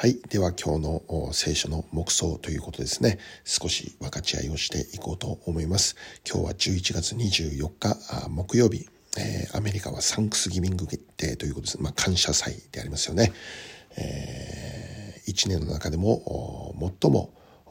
はい。では今日の聖書の黙想ということですね。少し分かち合いをしていこうと思います。今日は11月24日木曜日。アメリカはサンクスギビングデーということです。感謝祭でありますよね。一年の中でも最も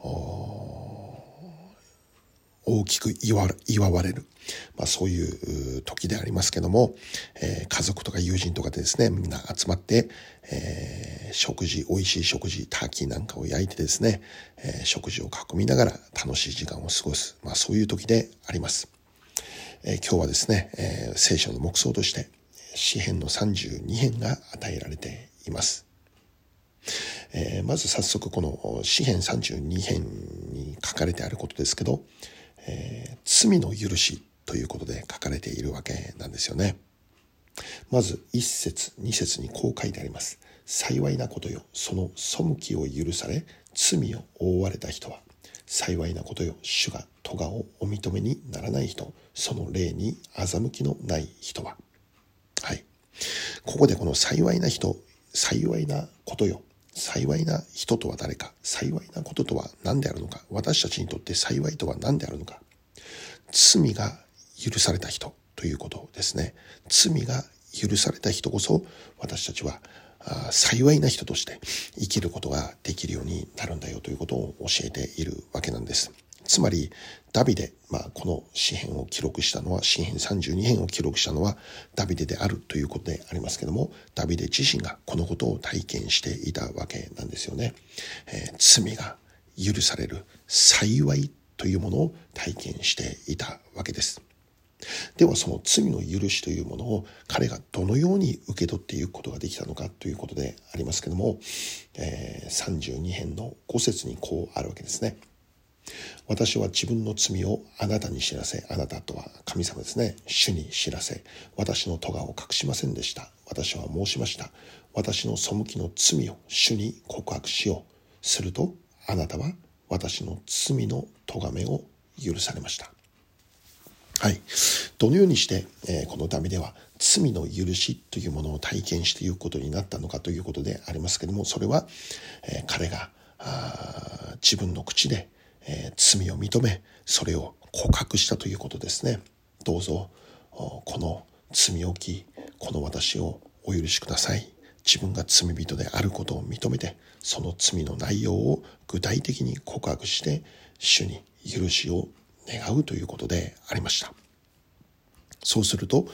大きく祝われる、そういう時でありますけども、家族とか友人とかでですね、みんな集まって、美味しい食事、ターキーなんかを焼いてですね、食事を囲みながら楽しい時間を過ごす、そういう時であります。今日はですね、聖書の黙想として詩編の32編が与えられています。まず早速この詩編32編に書かれてあることですけど、罪の許しということで書かれているわけなんですよね。まず1節2節にこう書いてあります。幸いなことよ、その背きを許され罪を覆われた人は。幸いなことよ、主が咎をお認めにならない人、その霊に欺きのない人は。はい。ここでこの幸いな人、幸いなことよ、幸いな人とは誰か、幸いなこととは何であるのか、私たちにとって幸いとは何であるのか。罪が許された人ということですね。罪が許された人こそ私たちは幸いな人として生きることができるようになるんだよということを教えているわけなんです。つまりダビデ、この詩編を記録したのは、詩編32編を記録したのはダビデであるということでありますけども、ダビデ自身がこのことを体験していたわけなんですよね。罪が許される幸いというものを体験していたわけです。ではその罪の許しというものを彼がどのように受け取っていくことができたのかということでありますけども、32編の5節にこうあるわけですね。私は自分の罪をあなたに知らせ、あなたとは神様ですね、主に知らせ、私の咎を隠しませんでした。私は申しました。私の背きの罪を主に告白しよう。するとあなたは私の罪の咎めを許されました。はい。どのようにして、このダビデは罪の許しというものを体験していくことになったのかということでありますけれども、それは、彼が自分の口で、罪を認め、それを告白したということですね。どうぞこの罪置き、この私をお許しください。自分が罪人であることを認めて、その罪の内容を具体的に告白して主に許しを願うということでありました。そうすると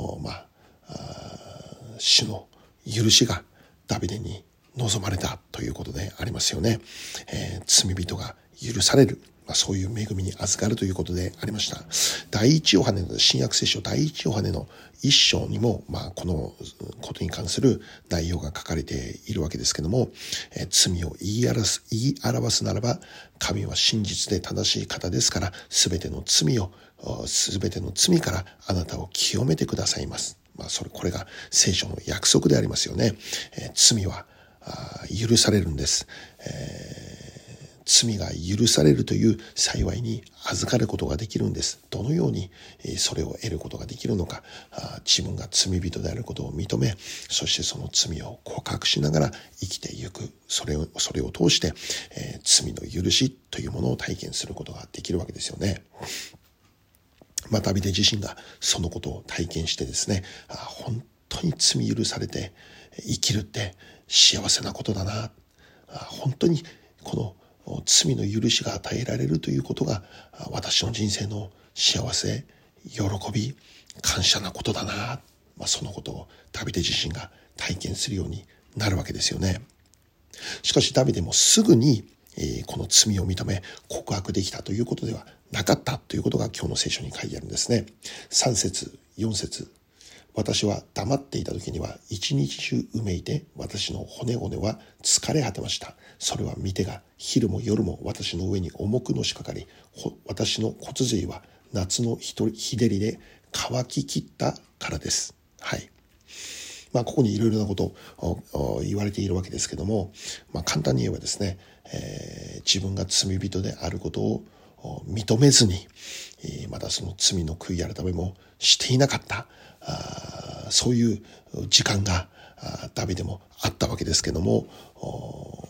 主の許しがダビデに望まれたということでありますよね。罪人が許される、そういう恵みに預かるということでありました。第一ヨハネの新約聖書第一ヨハネの一章にも、このことに関する内容が書かれているわけですけども、罪を言い表すならば神は真実で正しい方ですから、すべての罪からあなたを清めてくださいます。これが聖書の約束でありますよね。罪は許されるんです。罪が許されるという幸いに預かることができるんです。どのようにそれを得ることができるのか、自分が罪人であることを認め、そしてその罪を告白しながら生きていく、それを通して、罪の許しというものを体験することができるわけですよね。ダビデ自身がそのことを体験してですね、本当に罪許されて生きるって幸せなことだな、本当にこの罪の許しが与えられるということが私の人生の幸せ、喜び、感謝なことだな、そのことをダビデ自身が体験するようになるわけですよね。しかしダビデもすぐにこの罪を認め告白できたということではなかったということが今日の聖書に書いてあるんですね。3節4節、私は黙っていた時には一日中うめいて、私の骨々は疲れ果てました。それは見てが昼も夜も私の上に重くのしかかり、私の骨髄は夏の日照りで乾ききったからです。はい。ここにいろいろなことを言われているわけですけども、簡単に言えばですね、自分が罪人であることを認めずに、まだその罪の悔い改めもしていなかった、そういう時間がダビデもあったわけですけども、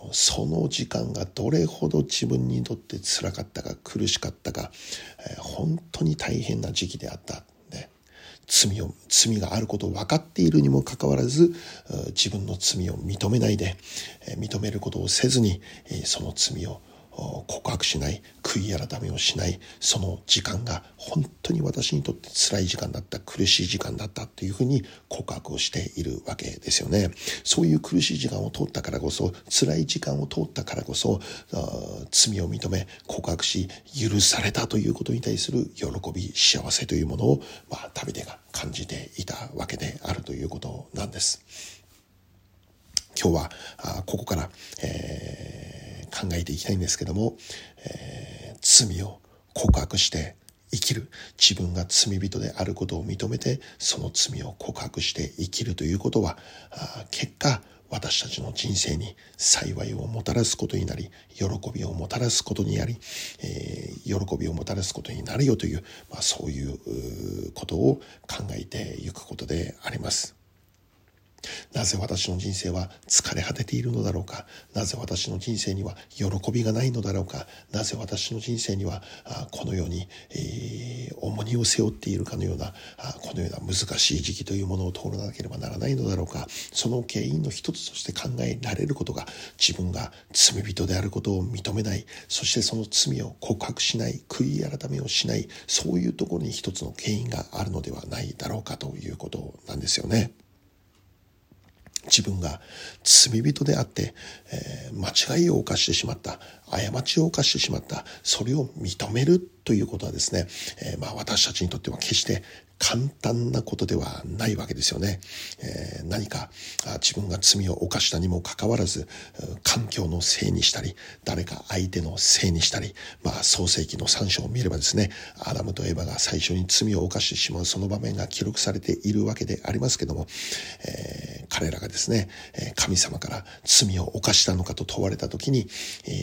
その時間がどれほど自分にとって辛かったか苦しかったか、本当に大変な時期であった。罪があることを分かっているにもかかわらず、自分の罪を認めないで、認めることをせずに、その罪を告白しない、悔い改めをしない、その時間が本当に私にとって辛い時間だった、苦しい時間だったというふうに告白をしているわけですよね。そういう苦しい時間を通ったからこそ、辛い時間を通ったからこそ、罪を認め告白し許されたということに対する喜び、幸せというものを、ダビデが感じていたわけであるということなんです。今日はここから、考えていきたいんですけども、罪を告白して生きる、自分が罪人であることを認めてその罪を告白して生きるということは、結果私たちの人生に幸いをもたらすことになり、喜びをもたらすことになり、喜びをもたらすことになるよという、そういうことを考えていくことであります。なぜ私の人生は疲れ果てているのだろうか。なぜ私の人生には喜びがないのだろうか。なぜ私の人生にはこのように重荷を背負っているかのようなこのような難しい時期というものを通らなければならないのだろうか。その原因の一つとして考えられることが、自分が罪人であることを認めない、そしてその罪を告白しない、悔い改めをしない、そういうところに一つの原因があるのではないだろうかということなんですよね。自分が罪人であって、間違いを犯してしまった、過ちを犯してしまった、それを認めるということはですね、私たちにとっては決して簡単なことではないわけですよね。何か自分が罪を犯したにもかかわらず、環境のせいにしたり、誰か相手のせいにしたり、創世記の3章を見ればですね、アダムとエバが最初に罪を犯してしまうその場面が記録されているわけでありますけども、彼らがですね、神様から罪を犯したのかと問われたときに、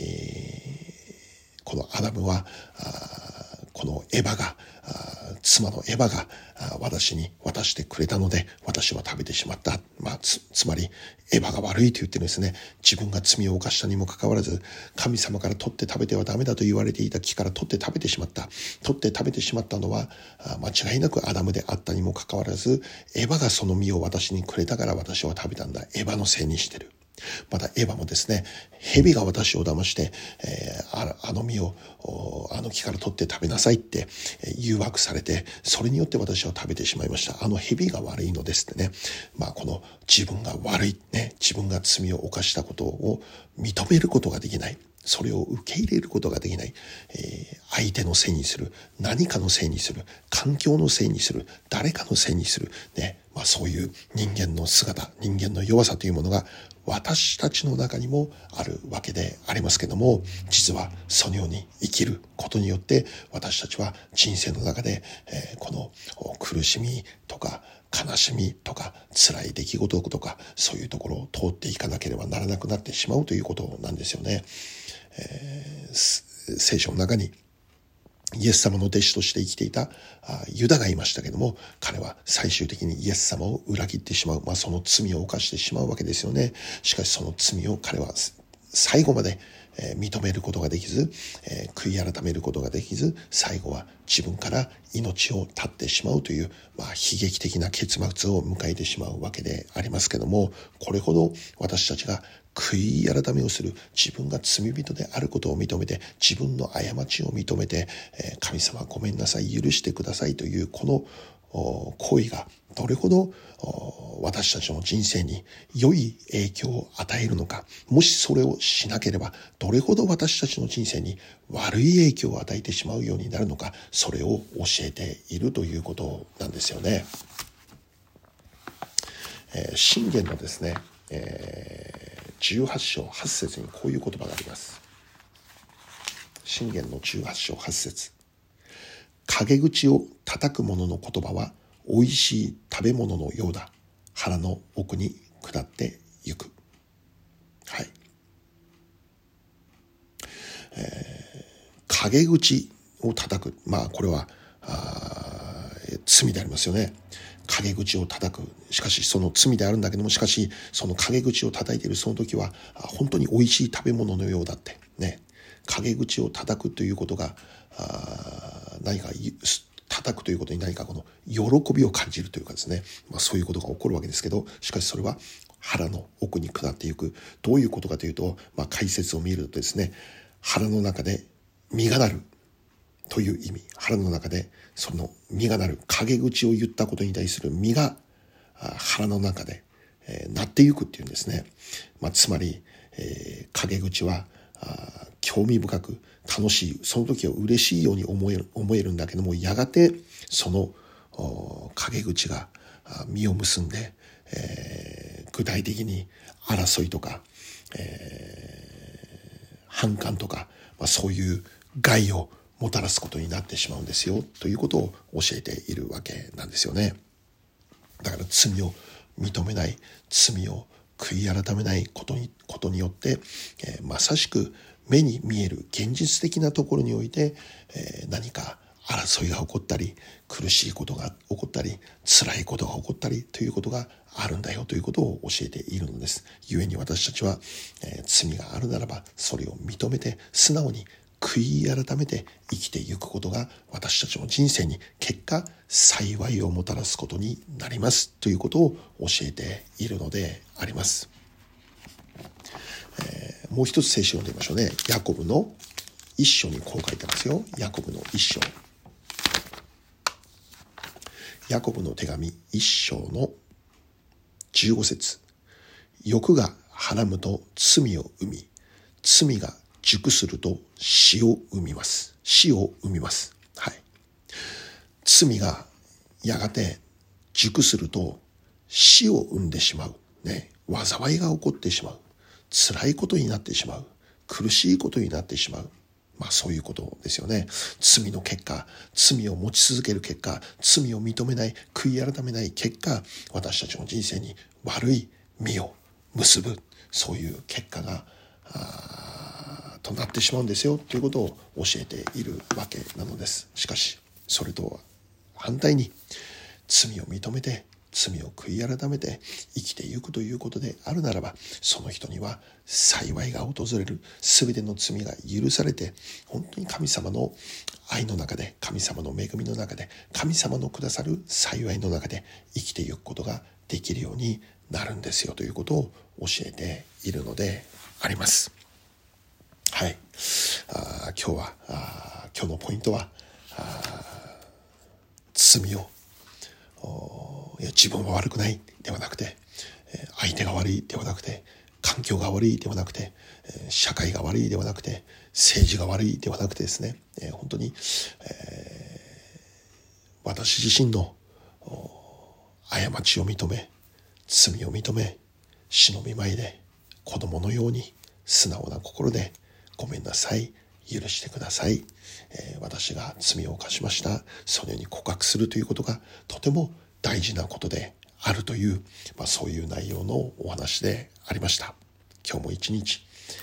このアダムはこのエバが妻のエバが私に渡してくれたので私は食べてしまった。つまりエバが悪いと言ってるんですね。自分が罪を犯したにもかかわらず、神様から取って食べてはダメだと言われていた木から取って食べてしまった。取って食べてしまったのは間違いなくアダムであったにもかかわらず、エバがその実を私にくれたから私は食べたんだ。エバのせいにしてる。またエヴァもですね、蛇が私を騙して、あの実をあの木から取って食べなさいって誘惑されて、それによって私は食べてしまいました。あの蛇が悪いのですってね。この自分が悪いね、自分が罪を犯したことを認めることができない。それを受け入れることができない、相手のせいにする、何かのせいにする、環境のせいにする、誰かのせいにする、ね、そういう人間の姿、人間の弱さというものが私たちの中にもあるわけでありますけども、実はそのように生きることによって私たちは人生の中で、この苦しみとか悲しみとか辛い出来事とかそういうところを通っていかなければならなくなってしまうということなんですよね。聖書の中にイエス様の弟子として生きていたユダがいましたけども、彼は最終的にイエス様を裏切ってしまう、その罪を犯してしまうわけですよね。しかしその罪を彼は最後まで認めることができず、悔い改めることができず、最後は自分から命を絶ってしまうという、悲劇的な結末を迎えてしまうわけでありますけども、これほど私たちが悔い改めをする、自分が罪人であることを認めて、自分の過ちを認めて、神様ごめんなさい、許してくださいというこの行為がどれほど私たちの人生に良い影響を与えるのか、もしそれをしなければどれほど私たちの人生に悪い影響を与えてしまうようになるのか、それを教えているということなんですよね。箴言のですね、18章8節にこういう言葉があります。箴言の18章8節、陰口を叩く者の言葉は美味しい食べ物のようだ。腹の奥に下ってゆく。はい。陰口を叩く。これは罪でありますよね。 陰口を叩く。しかしその罪であるんだけども、しかしその陰口を叩いているその時は本当に美味しい食べ物のようだってね。陰口を叩くということが何か叩くということに何かこの喜びを感じるというかですね、そういうことが起こるわけですけど、しかしそれは腹の奥に下っていく。どういうことかというと、解説を見るとですね、腹の中で実がなるという意味。腹の中でその実がなる、陰口を言ったことに対する実が腹の中でなっていくっていうんですね。つまり陰口は興味深く楽しい、その時は嬉しいように思えるんだけども、やがてその陰口が実を結んで、具体的に争いとか、反感とか、そういう害をもたらすことになってしまうんですよということを教えているわけなんですよね。だから罪を認めない、罪を悔い改めないことによって、まさしく目に見える現実的なところにおいて、何か争いが起こったり、苦しいことが起こったり、辛いことが起こったりということがあるんだよということを教えているのです。故に私たちは、罪があるならばそれを認めて素直に悔い改めて生きていくことが私たちの人生に結果幸いをもたらすことになりますということを教えているのであります。もう一つ聖書を読んでみましょうね。ヤコブの一章にこう書いてますよ。ヤコブの一章。ヤコブの手紙一章の15節。欲がはらむと罪を生み、罪が熟すると死を生みます。死を生みます。はい。罪がやがて熟すると死を生んでしまう。ね。災いが起こってしまう。辛いことになってしまう。苦しいことになってしまう。そういうことですよね。罪の結果、罪を持ち続ける結果、罪を認めない、悔い改めない結果、私たちの人生に悪い実を結ぶ、そういう結果がとなってしまうんですよということを教えているわけなのです。しかしそれと反対に罪を認めて罪を悔い改めて生きていくということであるならば、その人には幸いが訪れる。全ての罪が許されて、本当に神様の愛の中で、神様の恵みの中で、神様のくださる幸いの中で生きていくことができるようになるんですよということを教えているのであります。はい。今日のポイントは罪を自分は悪くないではなくて、相手が悪いではなくて、環境が悪いではなくて、社会が悪いではなくて、政治が悪いではなくてですね、本当に、私自身の過ちを認め、罪を認め、死の見舞いで子供のように素直な心でごめんなさい、許してください、私が罪を犯しました、そのように告白するということがとても大事なことであるという、そういう内容のお話でありました。今日も一日、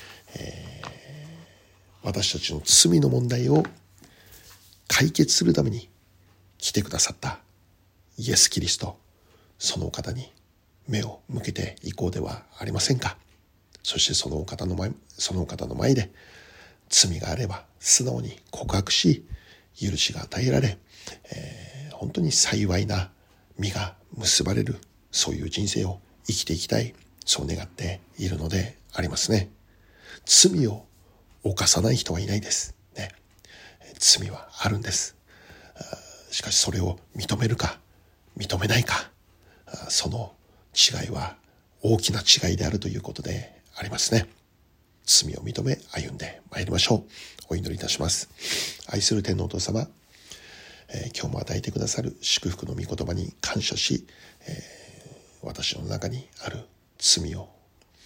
私たちの罪の問題を解決するために来てくださったイエス・キリスト、そのお方に目を向けていこうではありませんか。そしてそのお方の前で罪があれば素直に告白し、許しが与えられ、本当に幸いな実が結ばれる、そういう人生を生きていきたい、そう願っているのでありますね。罪を犯さない人はいないですね。罪はあるんです。しかしそれを認めるか認めないか、その違いは大きな違いであるということでありますね。罪を認め歩んでまいりましょう。お祈りいたします。愛する天のお父様、今日も与えてくださる祝福の御言葉に感謝し、私の中にある罪を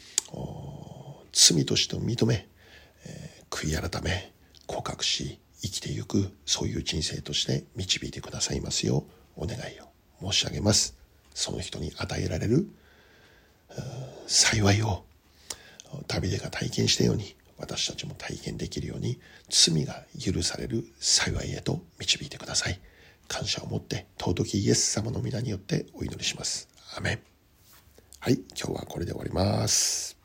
罪として認め、悔い改め告白し生きていく、そういう人生として導いてくださいますようお願いを申し上げます。その人に与えられる幸いをダビデが体験したように、私たちも体験できるように、罪が許される幸いへと導いてください。 感謝を持って尊きイエス様の皆によってお祈りします。アメン。はい、今日はこれで終わります。